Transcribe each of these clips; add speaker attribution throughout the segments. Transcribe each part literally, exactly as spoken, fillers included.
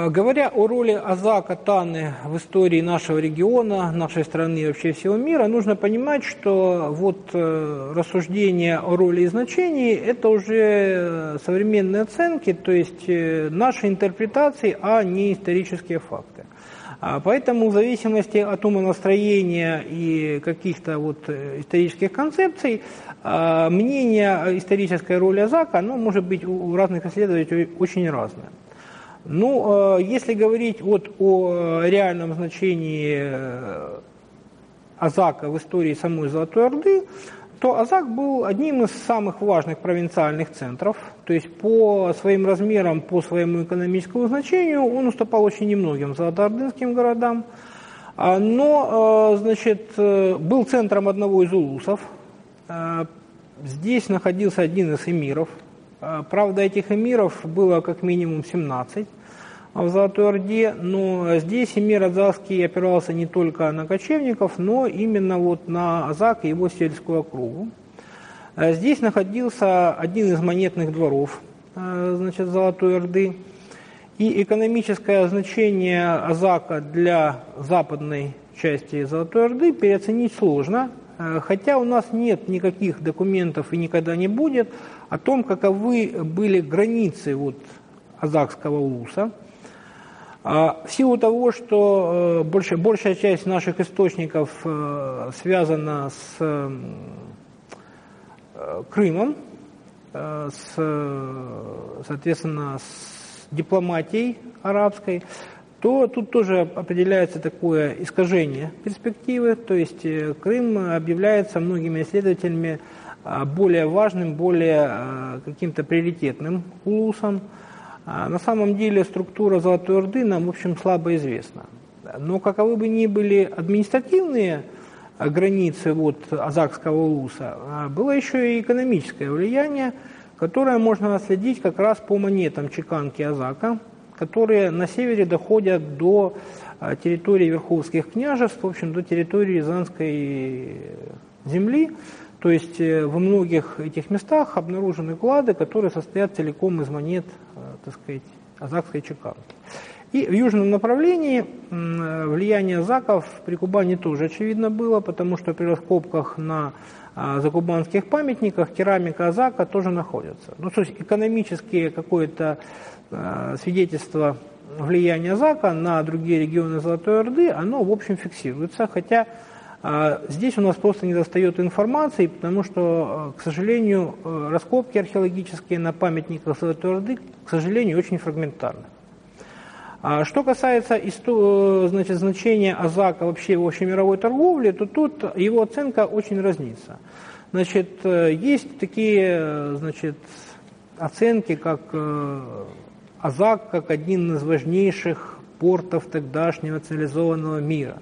Speaker 1: Говоря о роли Азака, Таны в истории нашего региона, нашей страны и вообще всего мира, нужно понимать, что вот рассуждение о роли и значении – это уже современные оценки, то есть наши интерпретации, а не исторические факты. Поэтому в зависимости от умонастроения и каких-то вот исторических концепций, мнение о исторической роли Азака, оно может быть у разных исследователей очень разное. Ну, если говорить вот о реальном значении Азака в истории самой Золотой Орды, то Азак был одним из самых важных провинциальных центров, то есть по своим размерам, по своему экономическому значению он уступал очень немногим золотоордынским городам, но, значит, был центром одного из улусов, здесь находился один из эмиров. Правда, этих эмиров было как минимум семнадцать в Золотой Орде, но здесь эмир Азакский опирался не только на кочевников, но именно вот на Азак и его сельскую округу. Здесь находился один из монетных дворов, значит, Золотой Орды, и экономическое значение Азака для западной части Золотой Орды переоценить сложно, хотя у нас нет никаких документов и никогда не будет о том, каковы были границы вот Азакского улуса. В силу того, что больш, большая часть наших источников связана с Крымом, с, соответственно, с дипломатией арабской, то тут тоже определяется такое искажение перспективы, то есть Крым объявляется многими исследователями более важным, более каким-то приоритетным улусом. На самом деле структура Золотой Орды нам, в общем, слабо известна. Но каковы бы ни были административные границы вот Азакского улуса, было еще и экономическое влияние, которое можно отследить как раз по монетам чеканки Азака, которые на севере доходят до территории Верховских княжеств, в общем, до территории Рязанской земли. То есть во многих этих местах обнаружены клады, которые состоят целиком из монет, так сказать, азакской чеканки. И в южном направлении влияние азаков при Кубани тоже очевидно было, потому что при раскопках на закубанских памятниках керамика азака тоже находится. Ну, то есть экономические какое-то свидетельство влияния азака на другие регионы Золотой Орды, оно, в общем, фиксируется, хотя здесь у нас просто недостает информации, потому что, к сожалению, раскопки археологические на памятниках Золотой Орды, к сожалению, очень фрагментарны. Что касается значит, значения азака вообще в общемировой торговле, то тут его оценка очень разнится. Значит, есть такие, значит, оценки, как Азак как один из важнейших портов тогдашнего цивилизованного мира.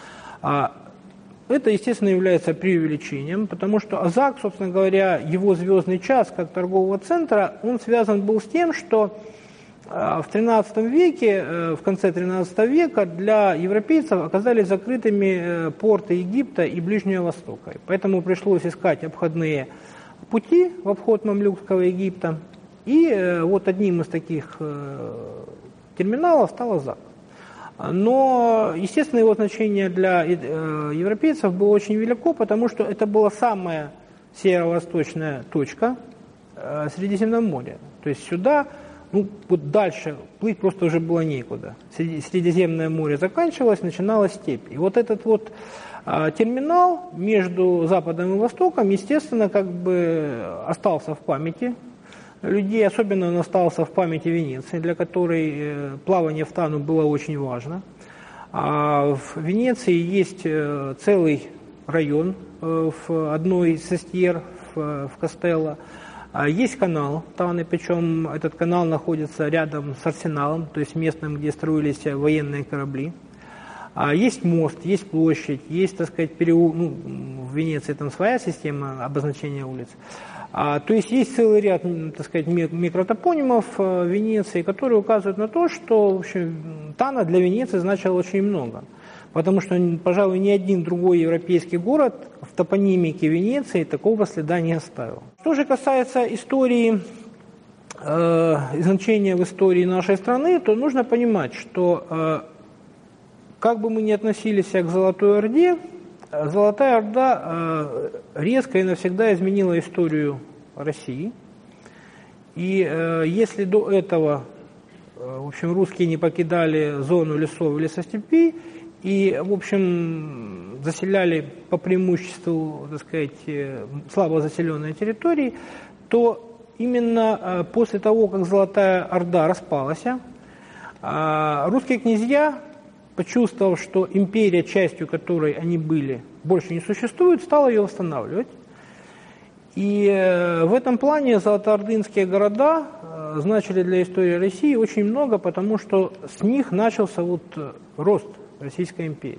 Speaker 1: Это, естественно, является преувеличением, потому что Азак, собственно говоря, его звездный час как торгового центра, он связан был с тем, что в тринадцатом веке, в конце тринадцатого века для европейцев оказались закрытыми порты Египта и Ближнего Востока. Поэтому пришлось искать обходные пути в обход мамлюкского Египта. И вот одним из таких терминалов стал Азак. Но, естественно, его значение для европейцев было очень велико, потому что это была самая северо-восточная точка Средиземноморья. То есть сюда, ну, вот дальше плыть просто уже было некуда. Средиземное море заканчивалось, начиналась степь. И вот этот вот терминал между Западом и Востоком, естественно, как бы остался в памяти людей, особенно он остался в памяти Венеции, для которой плавание в Тану было очень важно. А в Венеции есть целый район в одной из сестьер, в Кастелло. Есть канал Таны, причем этот канал находится рядом с арсеналом, то есть местом, где строились военные корабли. Есть мост, есть площадь, есть, так сказать, переул... ну, в Венеции там своя система обозначения улиц. А, то есть есть целый ряд, так сказать, микротопонимов в Венеции, которые указывают на то, что, в общем, Тана для Венеции значила очень много. Потому что, пожалуй, ни один другой европейский город в топонимике Венеции такого следа не оставил. Что же касается истории э, значение в истории нашей страны, то нужно понимать, что э, как бы мы ни относились к Золотой Орде, Золотая Орда э, резко и навсегда изменила историю России. И э, если до этого э, в общем, русские не покидали зону лесов и лесостепей и, в общем, заселяли по преимуществу, так сказать, э, слабо заселенные территории, то именно э, после того, как Золотая Орда распалась, э, русские князья, почувствовав, что империя, частью которой они были, больше не существует, стала ее восстанавливать. И в этом плане золотоордынские города значили для истории России очень много, потому что с них начался вот рост Российской империи.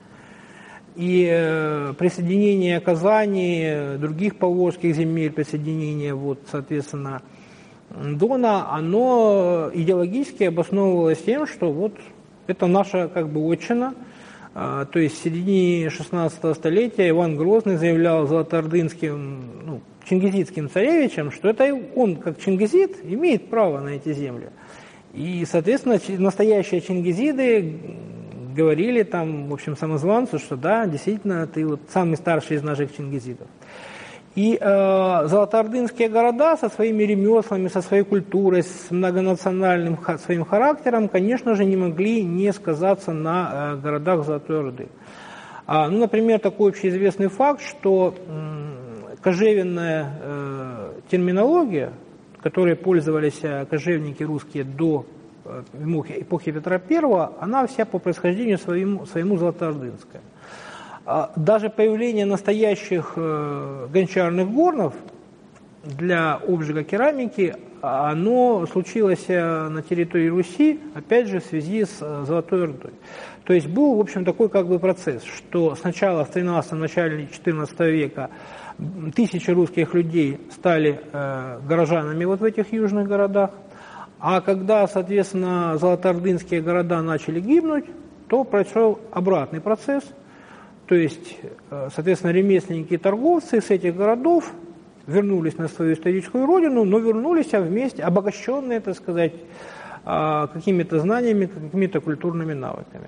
Speaker 1: И присоединение Казани, других поволжских земель, присоединение, вот, соответственно, Дона, оно идеологически обосновывалось тем, что вот это наша как бы отчина. То есть в середине шестнадцатого столетия Иван Грозный заявлял золотоордынским, ну, чингизидским царевичам, что это он, как чингизид, имеет право на эти земли. И, соответственно, настоящие чингизиды говорили там, в общем, самозванцу, что да, действительно, ты вот самый старший из наших чингизидов. И э, золотоордынские города со своими ремеслами, со своей культурой, с многонациональным ха- своим характером, конечно же, не могли не сказаться на э, городах Золотой Орды. А, ну, например, такой общеизвестный факт, что э, кожевенная э, терминология, которой пользовались кожевники русские до э, эпохи Петра Первого, она вся по происхождению своему, своему золотоордынская. Даже появление настоящих э, гончарных горнов для обжига керамики, оно случилось на территории Руси, опять же, в связи с Золотой Ордой. То есть был, в общем, такой как бы процесс, что сначала в тринадцатом, начале четырнадцатого века тысячи русских людей стали э, горожанами вот в этих южных городах, а когда, соответственно, золотоордынские города начали гибнуть, то прошел обратный процесс. То есть, соответственно, ремесленники и торговцы с этих городов вернулись на свою историческую родину, но вернулись вместе, обогащенные, так сказать, какими-то знаниями, какими-то культурными навыками.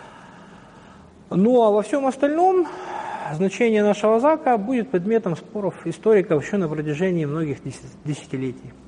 Speaker 1: Ну а во всем остальном значение нашего зака будет предметом споров историков еще на протяжении многих десятилетий.